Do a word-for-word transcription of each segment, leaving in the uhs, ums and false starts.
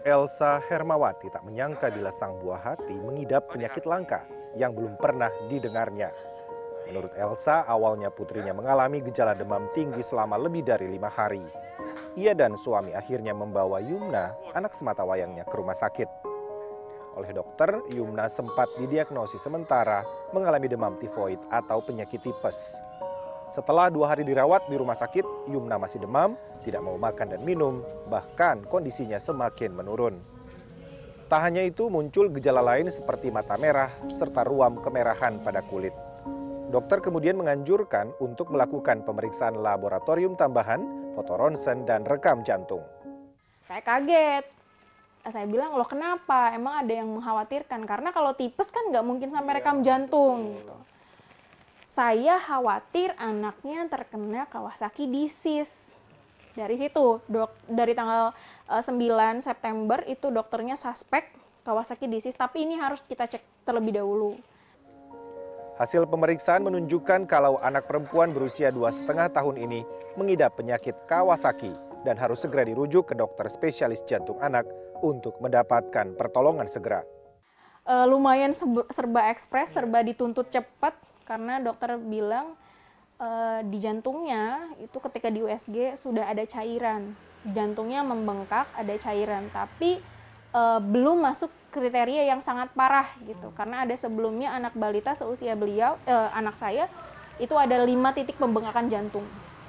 Elsa Hermawati tak menyangka bila sang buah hati mengidap penyakit langka yang belum pernah didengarnya. Menurut Elsa, awalnya putrinya mengalami gejala demam tinggi selama lebih dari lima hari. Ia dan suami akhirnya membawa Yumna, anak sematawayangnya, ke rumah sakit. Oleh dokter, Yumna sempat didiagnosis sementara mengalami demam tifoid atau penyakit tipes. Setelah dua hari dirawat di rumah sakit, Yumna masih demam, tidak mau makan dan minum, bahkan kondisinya semakin menurun. Tak hanya itu, muncul gejala lain seperti mata merah serta ruam kemerahan pada kulit. Dokter kemudian menganjurkan untuk melakukan pemeriksaan laboratorium tambahan, foto ronsen, dan rekam jantung. Saya kaget. Saya bilang, loh kenapa? Emang ada yang mengkhawatirkan? Karena kalau tipes kan nggak mungkin sampai rekam jantung. Gitu. Saya khawatir anaknya terkena Kawasaki disease. Dari situ, dok, dari tanggal uh, sembilan September itu dokternya suspek Kawasaki disease, tapi ini harus kita cek terlebih dahulu. Hasil pemeriksaan menunjukkan kalau anak perempuan berusia dua setengah tahun ini mengidap penyakit Kawasaki dan harus segera dirujuk ke dokter spesialis jantung anak untuk mendapatkan pertolongan segera. Uh, lumayan serba ekspres, serba dituntut cepat. Karena dokter bilang e, di jantungnya itu ketika di U S G sudah ada cairan. Jantungnya membengkak, ada cairan. Tapi e, belum masuk kriteria yang sangat parah gitu. Karena ada sebelumnya anak balita seusia beliau, e, anak saya, itu ada lima titik pembengkakan jantung.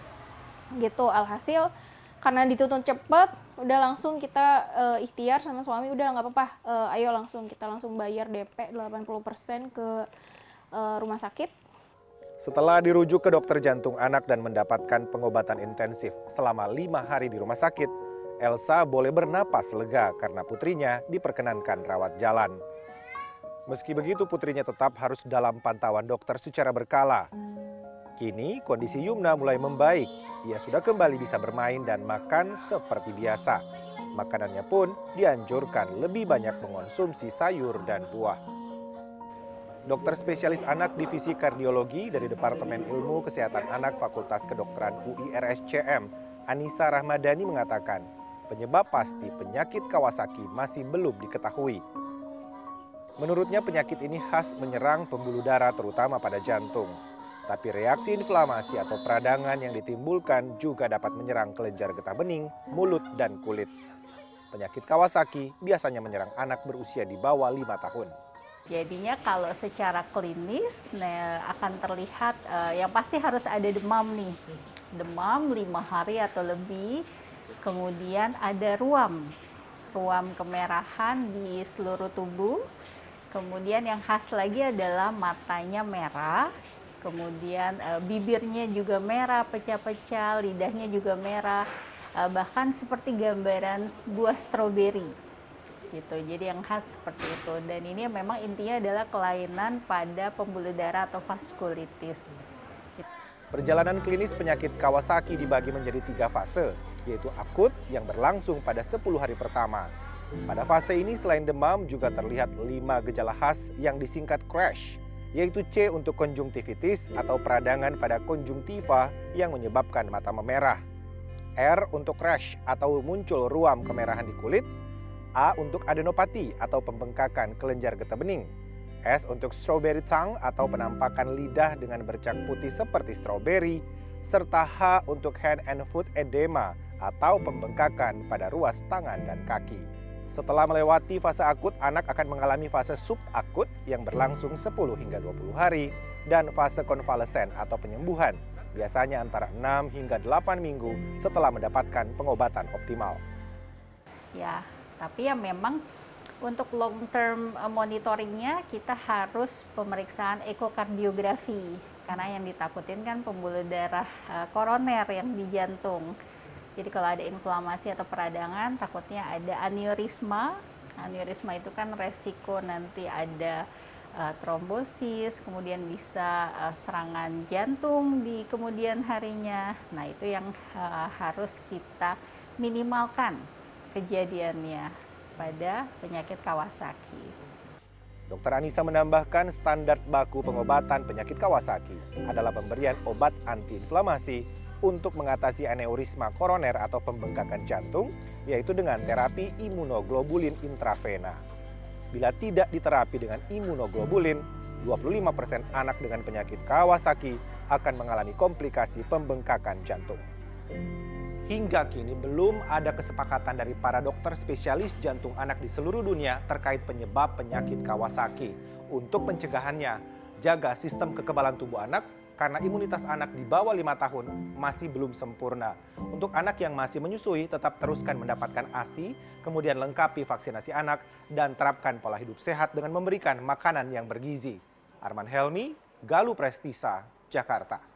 Gitu, alhasil karena dituntut cepat, udah langsung kita e, ikhtiar sama suami, udah nggak apa-apa, e, ayo langsung, kita langsung bayar D P delapan puluh persen ke rumah sakit. Setelah dirujuk ke dokter jantung anak dan mendapatkan pengobatan intensif selama lima hari di rumah sakit, Elsa boleh bernapas lega karena putrinya diperkenankan rawat jalan. Meski begitu, putrinya tetap harus dalam pantauan dokter secara berkala. Kini kondisi Yumna mulai membaik. Ia sudah kembali bisa bermain dan makan seperti biasa. Makanannya pun dianjurkan lebih banyak mengonsumsi sayur dan buah. Dokter spesialis anak Divisi Kardiologi dari Departemen Ilmu Kesehatan Anak Fakultas Kedokteran U I R S C M, Anissa Rahmadani mengatakan, penyebab pasti penyakit Kawasaki masih belum diketahui. Menurutnya penyakit ini khas menyerang pembuluh darah terutama pada jantung. Tapi reaksi inflamasi atau peradangan yang ditimbulkan juga dapat menyerang kelenjar getah bening, mulut, dan kulit. Penyakit Kawasaki biasanya menyerang anak berusia di bawah lima tahun. Jadinya kalau secara klinis nah, akan terlihat uh, yang pasti harus ada demam nih. Demam lima hari atau lebih, kemudian ada ruam, ruam kemerahan di seluruh tubuh. Kemudian yang khas lagi adalah matanya merah, kemudian uh, bibirnya juga merah, pecah-pecah, lidahnya juga merah, uh, bahkan seperti gambaran buah stroberi. Gitu. Jadi yang khas seperti itu, dan ini memang intinya adalah kelainan pada pembuluh darah atau vaskulitis. Perjalanan klinis penyakit Kawasaki dibagi menjadi tiga fase, yaitu akut yang berlangsung pada sepuluh hari pertama. Pada fase ini selain demam juga terlihat lima gejala khas yang disingkat crash, yaitu C untuk konjungtivitis atau peradangan pada konjungtiva yang menyebabkan mata memerah, R untuk rash atau muncul ruam kemerahan di kulit, A untuk adenopati atau pembengkakan kelenjar getah bening, S untuk strawberry tongue atau penampakan lidah dengan bercak putih seperti stroberi, serta H untuk hand and foot edema atau pembengkakan pada ruas tangan dan kaki. Setelah melewati fase akut, anak akan mengalami fase subakut yang berlangsung sepuluh hingga dua puluh hari dan fase konvalesen atau penyembuhan, biasanya antara enam hingga delapan minggu setelah mendapatkan pengobatan optimal. Ya. Tapi ya memang untuk long term monitoringnya kita harus pemeriksaan ekokardiografi. Karena yang ditakutin kan pembuluh darah koroner yang di jantung. Jadi kalau ada inflamasi atau peradangan takutnya ada aneurisma. Aneurisma itu kan resiko nanti ada uh, trombosis, kemudian bisa uh, serangan jantung di kemudian harinya. Nah itu yang uh, harus kita minimalkan kejadiannya pada penyakit Kawasaki. Dokter Anissa menambahkan standar baku pengobatan penyakit Kawasaki adalah pemberian obat antiinflamasi untuk mengatasi aneurisma koroner atau pembengkakan jantung yaitu dengan terapi imunoglobulin intravena. Bila tidak diterapi dengan imunoglobulin, dua puluh lima persen anak dengan penyakit Kawasaki akan mengalami komplikasi pembengkakan jantung. Hingga kini belum ada kesepakatan dari para dokter spesialis jantung anak di seluruh dunia terkait penyebab penyakit Kawasaki. Untuk pencegahannya, jaga sistem kekebalan tubuh anak karena imunitas anak di bawah lima tahun masih belum sempurna. Untuk anak yang masih menyusui, tetap teruskan mendapatkan A S I, kemudian lengkapi vaksinasi anak, dan terapkan pola hidup sehat dengan memberikan makanan yang bergizi. Arman Helmi, Galuh Prestisa, Jakarta.